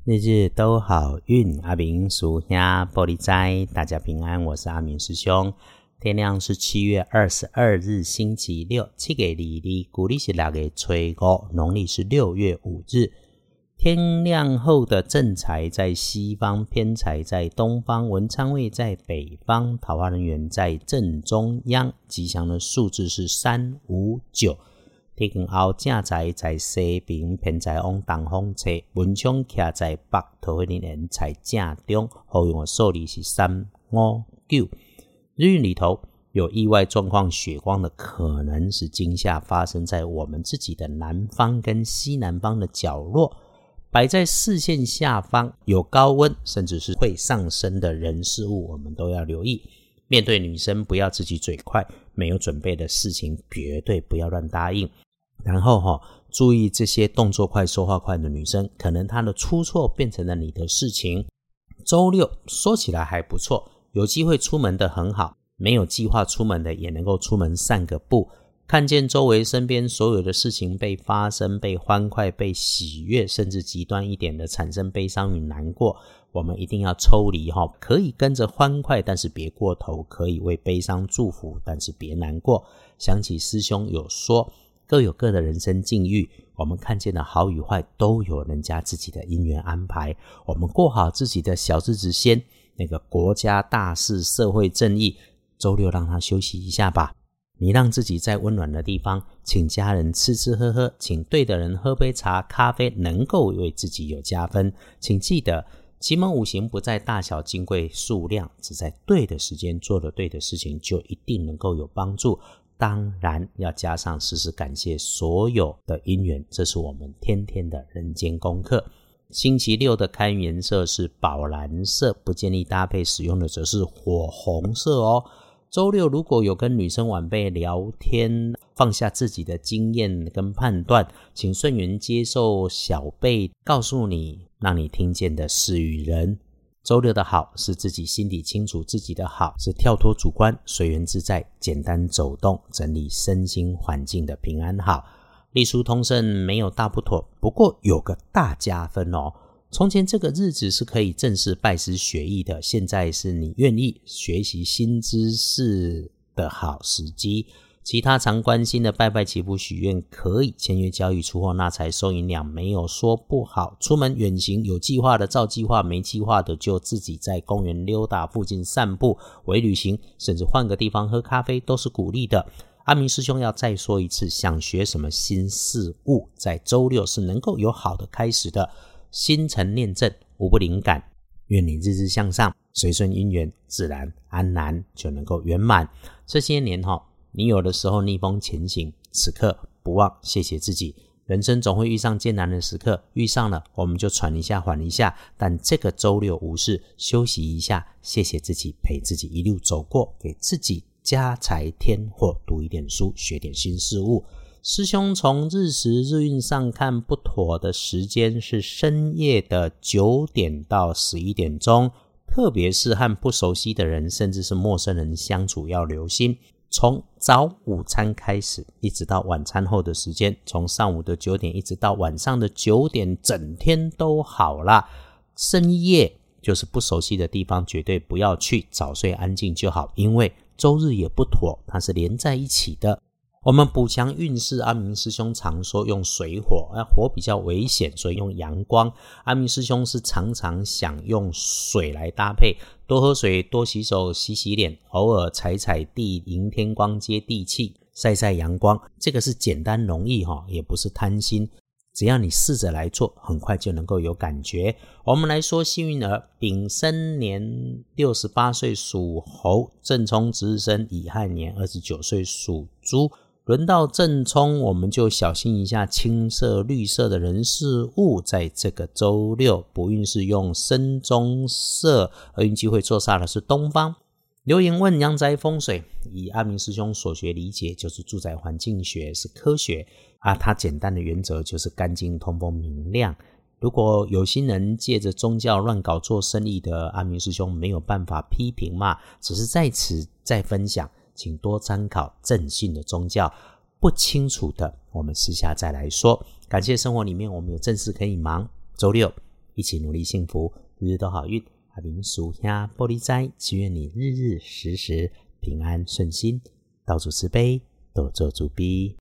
日日都好运，阿明师兄玻璃斋，大家平安，我是阿明师兄。天亮是7月22日星期六，7月22日，古历是6月初5，农历是6月5日。天亮后的正财在西方，偏财在东方，文昌位在北方，桃花人缘在正中央，吉祥的数字是359。天光后正财在西边，偏财往东方侧，文昌徛在北，桃花人缘在正中，好用的数字是359。日运里头有意外状况，血光的可能是惊吓发生在我们自己的南方跟西南方的角落，摆在视线下方，有高温甚至是会上升的人事物，我们都要留意。面对女生不要自己嘴快，没有准备的事情绝对不要乱答应。然后注意这些动作快说话快的女生，可能她的出错变成了你的事情。周六说起来还不错，有机会出门的很好，没有计划出门的也能够出门散个步，看见周围身边所有的事情被发生，被欢快，被喜悦，甚至极端一点的产生悲伤与难过，我们一定要抽离，可以跟着欢快，但是别过头，可以为悲伤祝福，但是别难过。想起师兄有说，各有各的人生境遇，我们看见的好与坏都有人家自己的因缘安排，我们过好自己的小日子先，那个国家大事社会正义，周六让他休息一下吧。你让自己在温暖的地方，请家人吃吃喝喝，请对的人喝杯茶咖啡，能够为自己有加分。请记得奇门五行不在大小金贵数量，只在对的时间做了对的事情，就一定能够有帮助。当然要加上时时感谢所有的因缘，这是我们天天的人间功课。星期六的开运颜色是宝蓝色，不建议搭配使用的则是火红色哦。周六如果有跟女生晚辈聊天，放下自己的经验跟判断，请顺缘接受小辈告诉你让你听见的事与人。周六的好是自己心里清楚自己的好，是跳脱主观，随缘自在，简单走动，整理身心环境的平安好。隶书通胜没有大不妥，不过有个大加分哦。从前这个日子是可以正式拜师学艺的，现在是你愿意学习新知识的好时机。其他常关心的拜拜祈福许愿可以，签约交易出货纳财收银两没有说不好。出门远行有计划的照计划，没计划的就自己在公园溜达，附近散步，微旅行，甚至换个地方喝咖啡都是鼓励的。阿明师兄要再说一次，想学什么新事物，在周六是能够有好的开始的。心诚念正，无不灵感，愿你日日向上，随顺因缘，自然安然就能够圆满。这些年你有的时候逆风前行，此刻不忘谢谢自己。人生总会遇上艰难的时刻，遇上了我们就喘一下缓一下，但这个周六无事，休息一下，谢谢自己，陪自己一路走过，给自己加财添祸，读一点书，学点新事物。师兄从日时日运上看，不妥的时间是深夜的9点到11点钟，特别是和不熟悉的人甚至是陌生人相处要留心。从早午餐开始一直到晚餐后的时间，从上午的9点一直到晚上的9点，整天都好啦。深夜就是不熟悉的地方绝对不要去，早睡安静就好，因为周日也不妥，它是连在一起的。我们补强运势，阿明师兄常说用水火，火比较危险，所以用阳光。阿明师兄是常常想用水来搭配，多喝水，多洗手，洗洗脸，偶尔踩踩地，迎天光接地气，晒晒阳光，这个是简单容易也不是贪心，只要你试着来做，很快就能够有感觉。我们来说幸运儿，丙申年68岁属猴，正冲值日生乙亥年29岁属猪。轮到正冲，我们就小心一下青色绿色的人事物。在这个周六，不运是用深棕色，而运机会坐煞的是东方。留言问阳宅风水，以阿明师兄所学理解，就是住宅环境学是科学它简单的原则就是干净通风明亮。如果有心人借着宗教乱搞做生意的，阿明师兄没有办法批评嘛，只是在此再分享，请多参考正信的宗教，不清楚的我们私下再来说。感谢生活里面我们有正事可以忙，周六一起努力幸福，日日都好运。阿明叔兄玻璃斋，祈愿你日日时时平安顺心，道主慈悲，多做主逼。